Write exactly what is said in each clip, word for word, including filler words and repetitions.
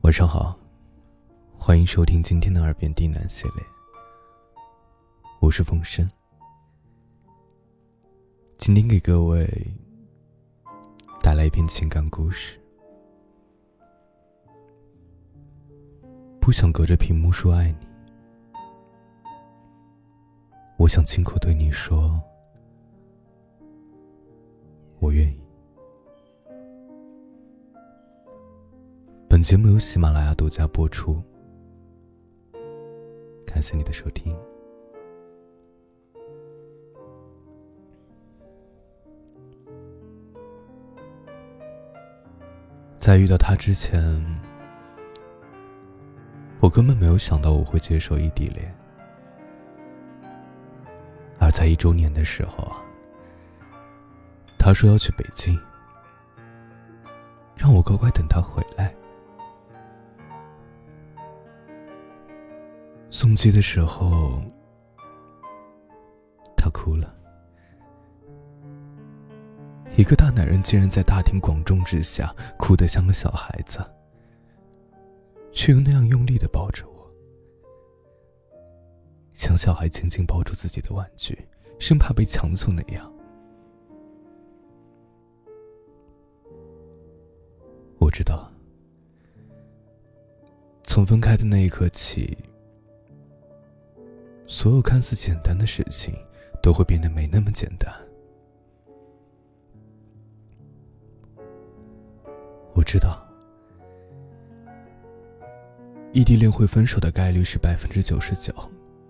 晚上好，欢迎收听今天的耳边低喃系列，我是风声。今天给各位带来一篇情感故事。不想隔着屏幕说爱你，我想亲口对你说，我愿意。本节目由喜马拉雅独家播出，感谢你的收听。在遇到他之前，我根本没有想到我会接受异地恋。而在一周年的时候啊，他说要去北京，让我乖乖等他回来。送机的时候，他哭了。一个大男人竟然在大庭广众之下哭得像个小孩子，却又那样用力地抱着我，像小孩紧紧抱住自己的玩具，生怕被抢走那样。我知道，从分开的那一刻起，所有看似简单的事情都会变得没那么简单。我知道，异地恋会分手的概率是百分之九十九。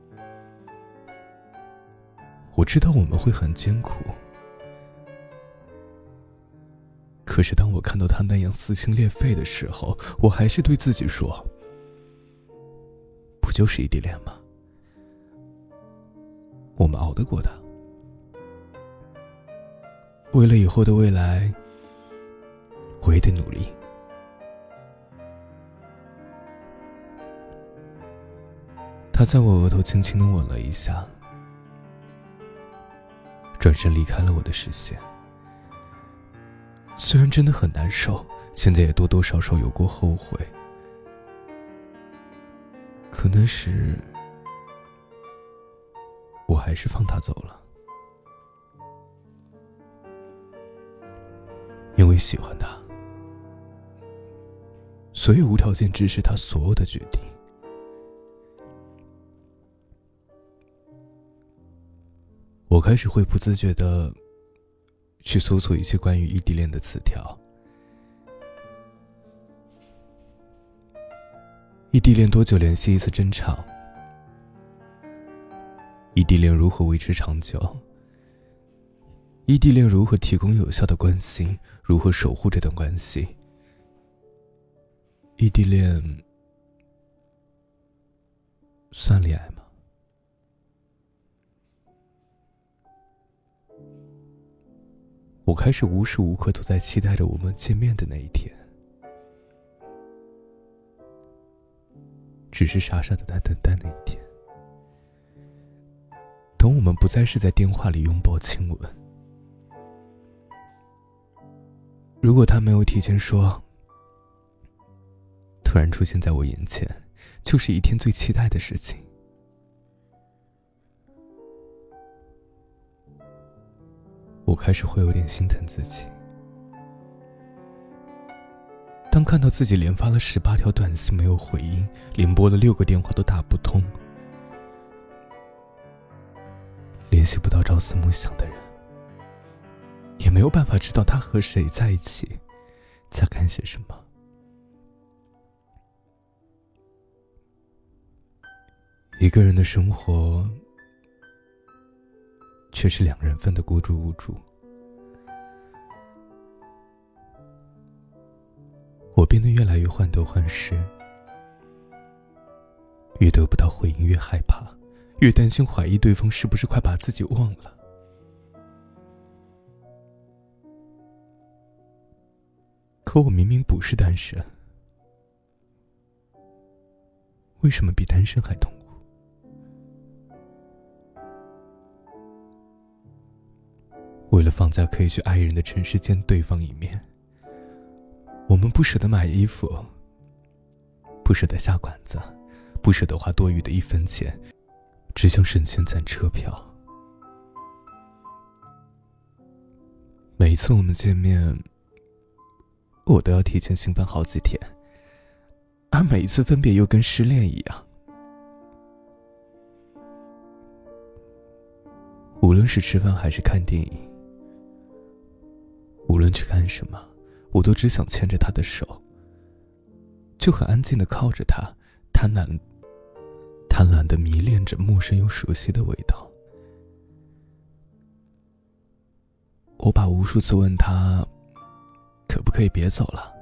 我知道我们会很艰苦，可是当我看到他那样撕心裂肺的时候，我还是对自己说，不就是异地恋吗？我们熬得过的。为了以后的未来，我也得努力。他在我额头轻轻地吻了一下，转身离开了我的视线。虽然真的很难受，现在也多多少少有过后悔，可那时我还是放他走了，因为喜欢他，所以无条件支持他所有的决定。我开始会不自觉地去搜索一些关于异地恋的词条。异地恋多久联系一次正常？异地恋如何维持长久？异地恋如何提供有效的关心？如何守护这段关系？异地恋算恋爱吗？我开始无时无刻都在期待着我们见面的那一天，只是傻傻的在等待那一天。等我们不再是在电话里拥抱亲吻，如果他没有提前说，突然出现在我眼前，就是一天最期待的事情。我开始会有点心疼自己。当看到自己连发了十八条短信没有回音，连拨了六个电话都打不通，联系不到朝思暮想的人，也没有办法知道他和谁在一起，在干些什么。一个人的生活却是两人份的孤注无助。我变得越来越患得患失，越得不到回应越害怕，越担心怀疑对方是不是快把自己忘了。可我明明不是单身，为什么比单身还痛苦？为了放假可以去爱人的城市见对方一面，我们不舍得买衣服， 不舍得下馆子，不舍得花多余的一分钱，只想省钱攒车票。每一次我们见面，我都要提前兴奋好几天，而每一次分别又跟失恋一样。无论是吃饭还是看电影，无论去干什么，我都只想牵着他的手，就很安静地靠着他，贪婪贪婪地迷恋着陌生又熟悉的味道。我把无数次问他可不可以别走了，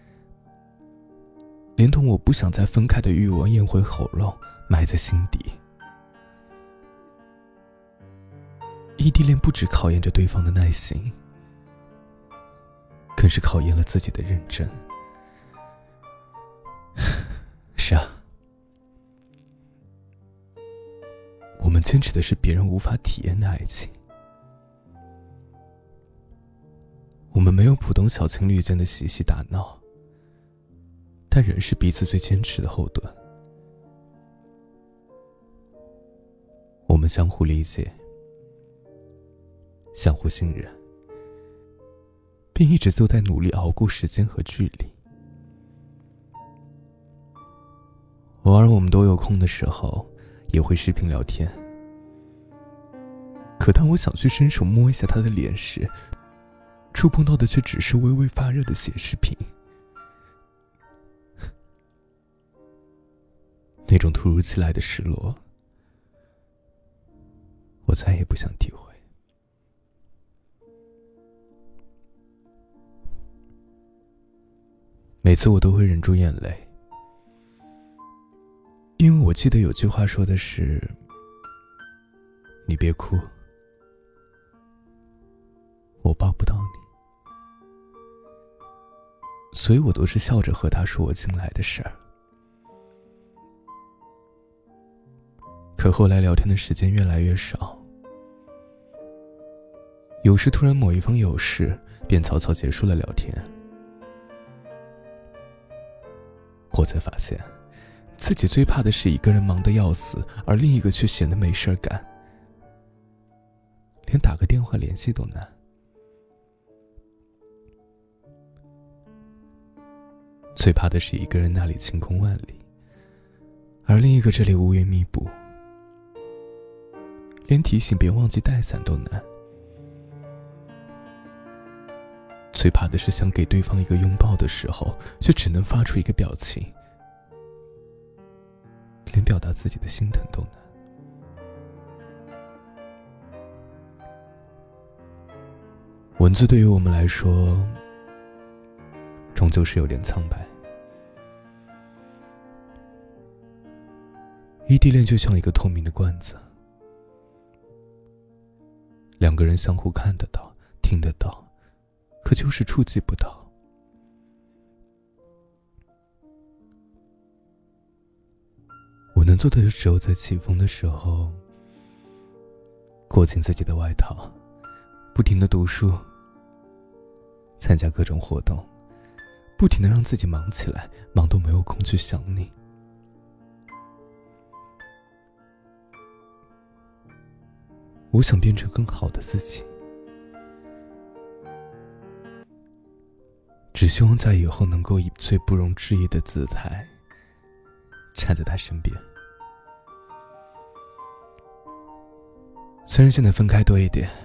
连同我不想再分开的欲望咽回喉咙，埋在心底。异地恋不只考验着对方的耐心，更是考验了自己的认真。是啊，我们坚持的是别人无法体验的爱情。我们没有普通小情侣间的嬉戏打闹，但仍是彼此最坚持的后盾。我们相互理解，相互信任，并一直都在努力熬过时间和距离。偶尔我们都有空的时候，也会视频聊天。可当我想去伸手摸一下他的脸时，触碰到的却只是微微发热的显示屏。那种突如其来的失落，我再也不想体会。每次我都会忍住眼泪，因为我记得有句话说的是，你别哭，我抱不到你。所以我都是笑着和他说我近来的事儿。可后来聊天的时间越来越少，有时突然某一方有事，便草草结束了聊天。我才发现，自己最怕的是一个人忙得要死，而另一个却闲得没事儿干，连打个电话联系都难。最怕的是一个人那里晴空万里，而另一个这里乌云密布，连提醒别忘记带伞都难。最怕的是想给对方一个拥抱的时候，却只能发出一个表情，连表达自己的心疼都难。文字对于我们来说，终究是有点苍白。异地恋就像一个透明的罐子，两个人相互看得到，听得到，可就是触及不到。我能做的就只有在起风的时候，裹紧自己的外套，不停地读书，参加各种活动，不停地让自己忙起来，忙都没有空去想你。我想变成更好的自己，只希望在以后能够以最不容置疑的姿态站在他身边。虽然现在分开多一点，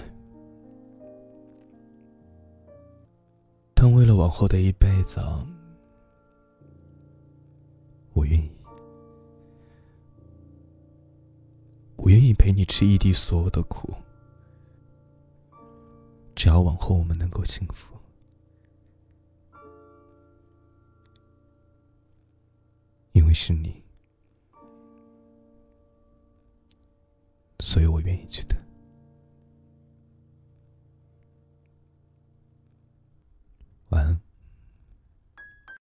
但为了往后的一辈子，我愿意。我愿意陪你吃异地所有的苦，只要往后我们能够幸福。因为是你，所以我愿意去等。晚安。